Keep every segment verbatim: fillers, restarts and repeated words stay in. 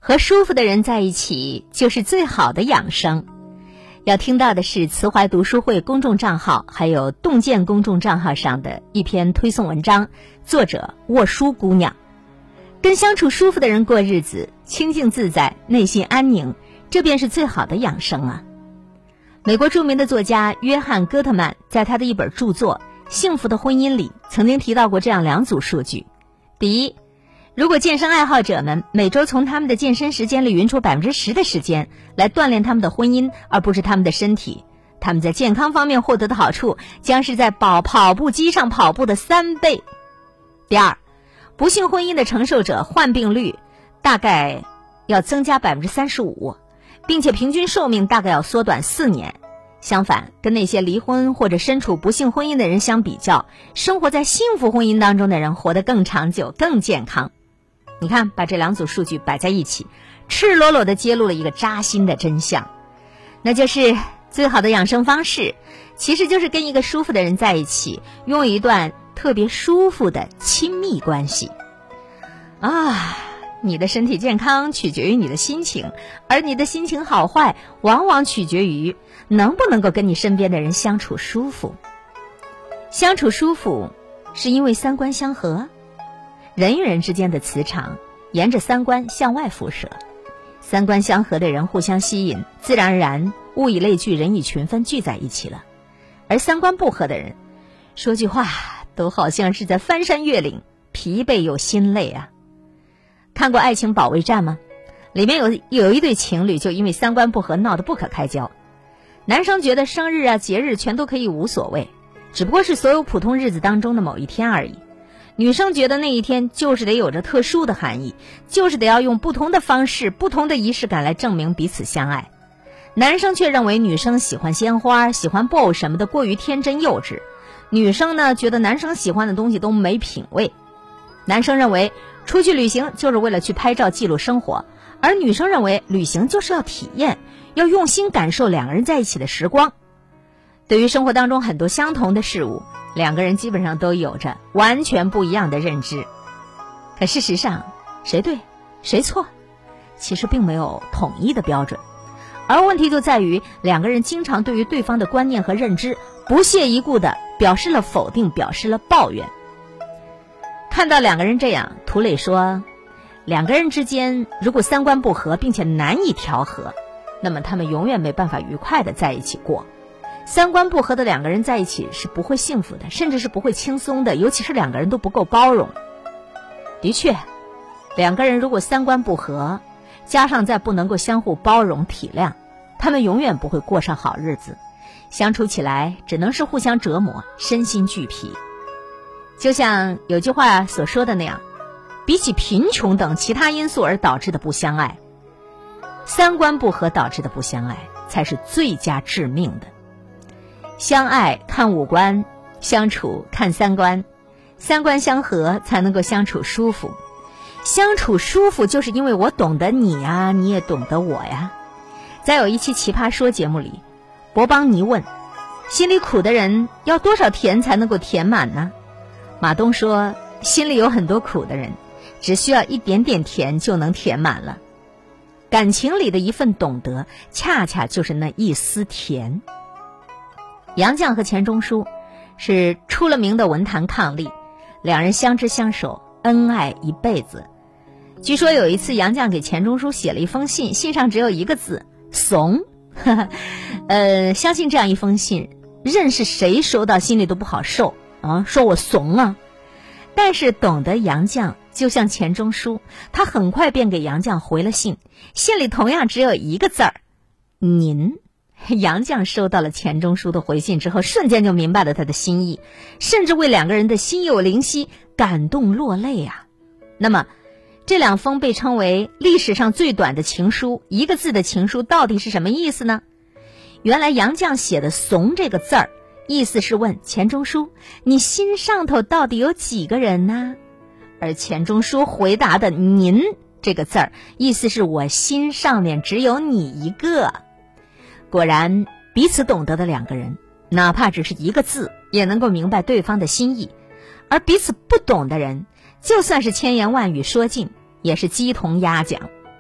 和舒服的人在一起就是最好的养生。要听到的是慈怀读书会公众账号还有洞见公众账号上的一篇推送文章，作者沃书姑娘。跟相处舒服的人过日子，清静自在，内心安宁，这便是最好的养生啊。美国著名的作家约翰·戈特曼在他的一本著作《幸福的婚姻》里曾经提到过这样两组数据。第一，如果健身爱好者们每周从他们的健身时间里匀出 百分之十 的时间来锻炼他们的婚姻，而不是他们的身体，他们在健康方面获得的好处将是在跑跑步机上跑步的三倍。第二，不幸婚姻的承受者患病率大概要增加 百分之三十五， 并且平均寿命大概要缩短四年。相反，跟那些离婚或者身处不幸婚姻的人相比较，生活在幸福婚姻当中的人活得更长久更健康。你看，把这两组数据摆在一起，赤裸裸地揭露了一个扎心的真相，那就是最好的养生方式其实就是跟一个舒服的人在一起，拥有一段特别舒服的亲密关系啊。你的身体健康取决于你的心情，而你的心情好坏往往取决于能不能够跟你身边的人相处舒服。相处舒服是因为三观相合，人与人之间的磁场沿着三观向外辐射，三观相合的人互相吸引，自然而然物以类聚，人以群分，聚在一起了。而三观不合的人，说句话都好像是在翻山越岭，疲惫又心累啊。看过《爱情保卫战》吗？里面有有一对情侣就因为三观不合闹得不可开交。男生觉得生日啊节日全都可以无所谓，只不过是所有普通日子当中的某一天而已。女生觉得那一天就是得有着特殊的含义，就是得要用不同的方式不同的仪式感来证明彼此相爱。男生却认为女生喜欢鲜花喜欢布偶什么的过于天真幼稚，女生呢觉得男生喜欢的东西都没品位。男生认为出去旅行就是为了去拍照记录生活，而女生认为旅行就是要体验，要用心感受两个人在一起的时光。对于生活当中很多相同的事物，两个人基本上都有着完全不一样的认知。可事实上，谁对谁错其实并没有统一的标准，而问题就在于两个人经常对于对方的观念和认知不屑一顾的表示了否定，表示了抱怨。看到两个人这样，涂磊说，两个人之间如果三观不合并且难以调和，那么他们永远没办法愉快的在一起过。三观不合的两个人在一起是不会幸福的，甚至是不会轻松的，尤其是两个人都不够包容。的确，两个人如果三观不合，加上再不能够相互包容体谅，他们永远不会过上好日子，相处起来只能是互相折磨，身心俱疲。就像有句话所说的那样，比起贫穷等其他因素而导致的不相爱，三观不合导致的不相爱才是最佳致命的。相爱看五官，相处看三观，三观相合才能够相处舒服。相处舒服就是因为我懂得你呀，你也懂得我呀。在有一期奇葩说节目里，博邦尼问，心里苦的人要多少甜才能够填满呢？马东说，心里有很多苦的人，只需要一点点甜就能填满了。感情里的一份懂得，恰恰就是那一丝甜。杨绛和钱钟书是出了名的文坛伉俪，两人相知相守，恩爱一辈子。据说有一次杨绛给钱钟书写了一封信，信上只有一个字，怂。呃，相信这样一封信，任是谁收到心里都不好受啊，说我怂啊。但是懂得杨绛就像钱钟书，他很快便给杨绛回了信，信里同样只有一个字儿，您。杨绛收到了钱钟书的回信之后，瞬间就明白了他的心意，甚至为两个人的心有灵犀感动落泪啊。那么这两封被称为历史上最短的情书，一个字的情书到底是什么意思呢？原来杨绛写的怂这个字儿，意思是问钱钟书，你心上头到底有几个人呢？而钱钟书回答的您这个字儿，意思是我心上面只有你一个。果然彼此懂得的两个人，哪怕只是一个字也能够明白对方的心意，而彼此不懂的人，就算是千言万语说尽，也是鸡同鸭讲。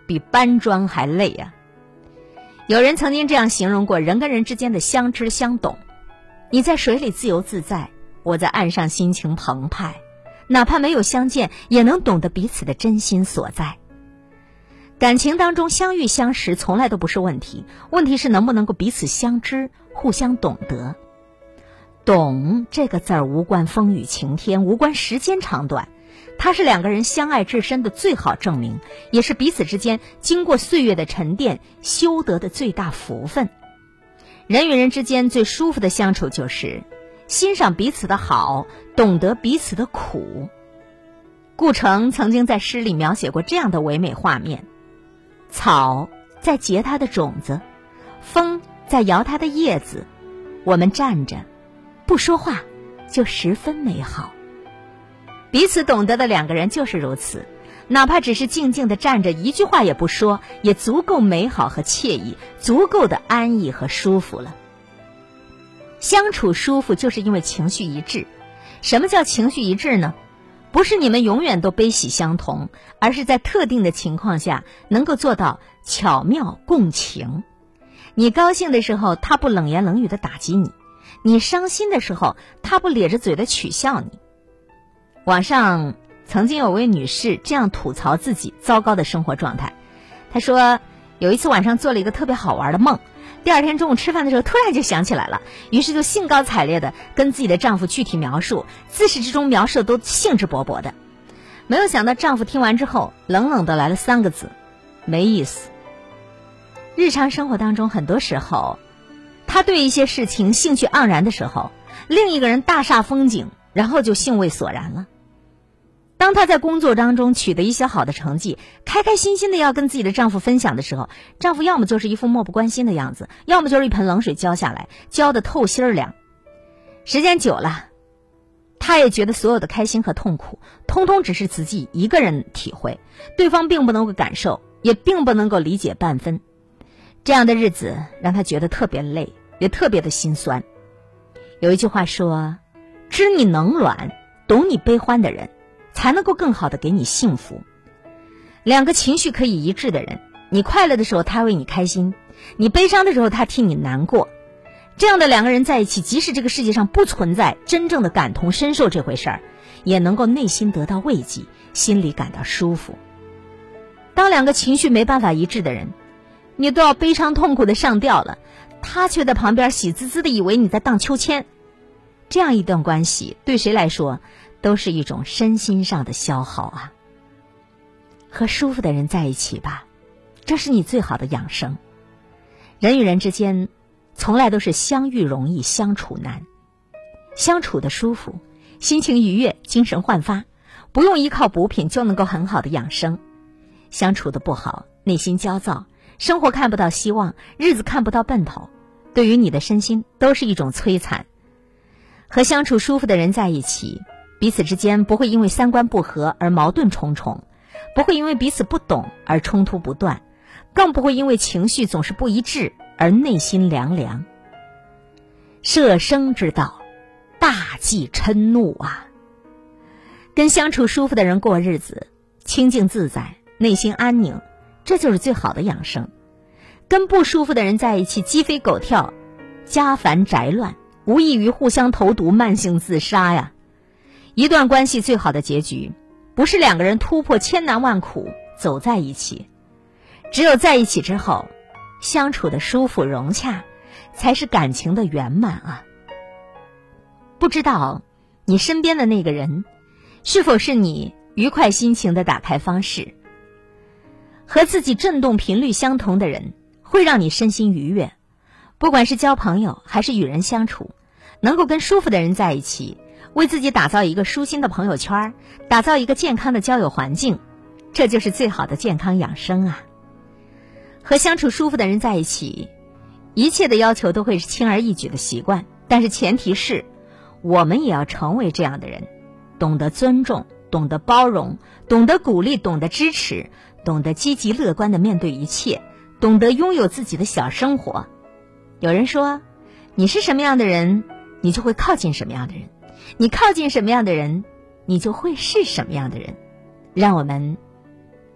比搬砖还累啊。有人曾经这样形容过人跟人之间的相知相懂，你在水里自由自在，我在岸上心情澎湃，哪怕没有相见，也能懂得彼此的真心所在。感情当中相遇相识从来都不是问题，问题是能不能够彼此相知，互相懂得。懂这个字儿无关风雨晴天，无关时间长短，它是两个人相爱至深的最好证明，也是彼此之间经过岁月的沉淀修得的最大福分。人与人之间最舒服的相处就是欣赏彼此的好，懂得彼此的苦。顾城曾经在诗里描写过这样的唯美画面：草在结它的种子，风在摇它的叶子，我们站着不说话，就十分美好。彼此懂得的两个人就是如此，哪怕只是静静地站着，一句话也不说，也足够美好和惬意，足够的安逸和舒服了。相处舒服就是因为情绪一致。什么叫情绪一致呢？不是你们永远都悲喜相同，而是在特定的情况下能够做到巧妙共情。你高兴的时候，他不冷言冷语地打击你；你伤心的时候，他不咧着嘴地取笑你。网上曾经有位女士这样吐槽自己糟糕的生活状态。她说有一次晚上做了一个特别好玩的梦，第二天中午吃饭的时候突然就想起来了，于是就兴高采烈地跟自己的丈夫具体描述，自始至终描述的都兴致勃勃的。没有想到丈夫听完之后冷冷地来了三个字：没意思。日常生活当中很多时候，他对一些事情兴趣盎然的时候，另一个人大煞风景，然后就兴味索然了。当她在工作当中取得一些好的成绩，开开心心的要跟自己的丈夫分享的时候，丈夫要么就是一副漠不关心的样子，要么就是一盆冷水浇下来，浇得透心儿凉。时间久了，她也觉得所有的开心和痛苦通通只是自己一个人体会，对方并不能够感受，也并不能够理解半分。这样的日子让她觉得特别累，也特别的心酸。有一句话说，知你冷暖，懂你悲欢的人才能够更好的给你幸福。两个情绪可以一致的人，你快乐的时候他为你开心，你悲伤的时候他替你难过。这样的两个人在一起，即使这个世界上不存在真正的感同身受这回事儿，也能够内心得到慰藉，心里感到舒服。当两个情绪没办法一致的人，你都要悲伤痛苦的上吊了，他却在旁边喜滋滋的以为你在荡秋千。这样一段关系对谁来说都是一种身心上的消耗啊。和舒服的人在一起吧，这是你最好的养生。人与人之间从来都是相遇容易相处难，相处的舒服，心情愉悦，精神焕发，不用依靠补品就能够很好的养生。相处的不好，内心焦躁，生活看不到希望，日子看不到奔头，对于你的身心都是一种摧残。和相处舒服的人在一起，彼此之间不会因为三观不合而矛盾重重，不会因为彼此不懂而冲突不断，更不会因为情绪总是不一致而内心凉凉。摄生之道，大忌嗔怒啊！跟相处舒服的人过日子，清静自在，内心安宁，这就是最好的养生。跟不舒服的人在一起，鸡飞狗跳，家烦宅乱，无异于互相投毒，慢性自杀呀。一段关系最好的结局，不是两个人突破千难万苦走在一起，只有在一起之后，相处的舒服融洽，才是感情的圆满啊。不知道你身边的那个人，是否是你愉快心情的打开方式？和自己振动频率相同的人，会让你身心愉悦。不管是交朋友还是与人相处，能够跟舒服的人在一起，为自己打造一个舒心的朋友圈，打造一个健康的交友环境，这就是最好的健康养生啊。和相处舒服的人在一起，一切的要求都会是轻而易举的习惯，但是前提是我们也要成为这样的人，懂得尊重，懂得包容，懂得鼓励，懂得支持，懂得积极乐观地面对一切，懂得拥有自己的小生活。有人说，你是什么样的人，你就会靠近什么样的人，你靠近什么样的人，你就会是什么样的人。让我们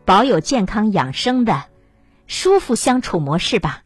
保有健康养生的舒服相处模式吧。